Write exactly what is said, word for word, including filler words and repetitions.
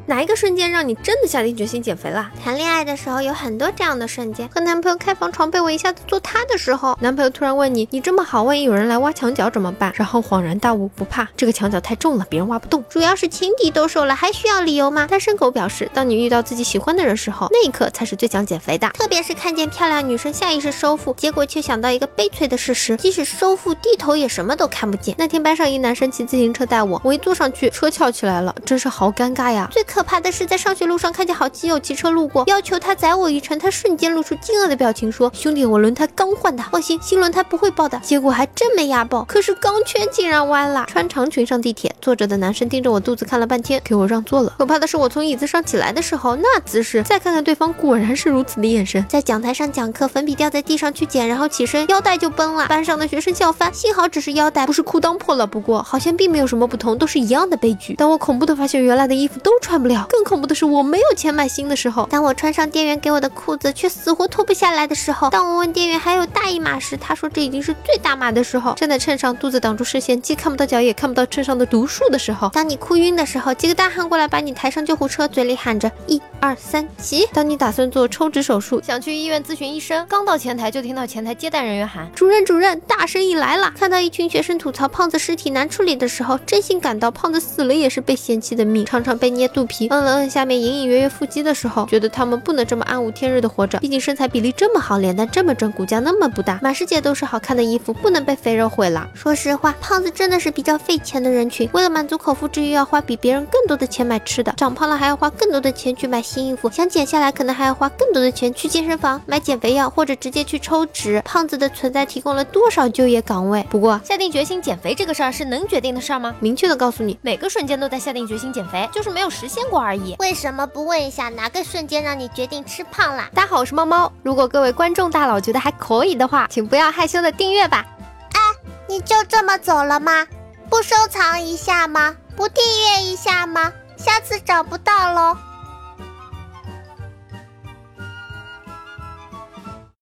哪一个瞬间让你真的下定决心减肥啦？ 谈恋爱的时候有很多这样的瞬间，和男朋友开房床被我一下子做塌的时候， 男朋友突然问你，你这么好，万一有人来挖墙脚怎么办？然后恍然大悟，不怕，这个墙角太重了，别人挖不动。 主要是情敌都瘦了，还需要理由吗？ 单身狗表示，当你遇到自己喜欢的人时候，那一刻才是最想减肥的。 特别是看见漂亮女生下意识收腹，结果却想到一个悲催的事实，即使收腹低头也什么都看不见。 那天班上一男生骑自行车带我，我一坐上去车翘起来了，真是好尴尬呀。 最可怕的是在上学路上看见好基友骑车路过，要求他载我一程，他瞬间露出惊愕的表情说，兄弟，我轮胎刚换的，放心，新轮胎不会爆的。结果还真没压爆，可是钢圈竟然弯了。 穿长裙上地铁，坐着的男生盯着我肚子看了半天，给我让座了。可怕的是我从椅子上起来的时候，那姿势，再看看对方，果然是如此的眼神。 在讲台上讲课，粉笔掉在地上去捡，然后起身腰带就崩了，班上的学生笑翻，幸好只是腰带， 不是裤裆破了。不过好像并没有什么不同，都是一样的悲剧。当我恐怖的发现原来的衣服都穿不了，更恐怖的是我没有钱买新的时候， 当我穿上店员给我的裤子却死活脱不下来的时候，当我问店员还有大一码时，他说这已经是最大码的时候， 站在秤上，肚子挡住视线，既看不到脚也看不到秤上的读数的时候， 当你哭晕的时候，几个大汉过来把你抬上救护车，嘴里喊着一二三起。 当你打算做抽脂手术，想去医院咨询医生，刚到前台就听到前台接待人员喊主任主任，大生意来了。看到一群学生吐槽胖子尸体难处理的时候，真心感到胖子死了也是被嫌弃的命。常常被捏肚皮，摁了摁下面隐隐约约腹肌的时候，觉得他们不能这么暗无天日的活着，毕竟身材比例这么好，脸蛋这么正，骨架那么不大，满世界都是好看的衣服，不能被肥肉毁了。说实话，胖子真的是比较费钱的人群，为了满足口腹之欲要花比别人更多的钱买吃的，长胖了还要花更多的钱去买新衣服，想减下来可能还要花更多的钱去健身房买减肥药，或者直接去抽脂。胖子的存在提供了多少就业岗位？ 不过下定决心减肥这个事儿是能决定的事儿吗？明确的告诉你，每个瞬间都在下定决心减肥，就是没有实现过而已。 为什么不问一下哪个瞬间让你决定吃胖啦？ 大家好，我是猫猫。如果各位观众大佬觉得还可以的话，请不要害羞的订阅吧。 哎，你就这么走了吗？不收藏一下吗？不订阅一下吗？下次找不到咯。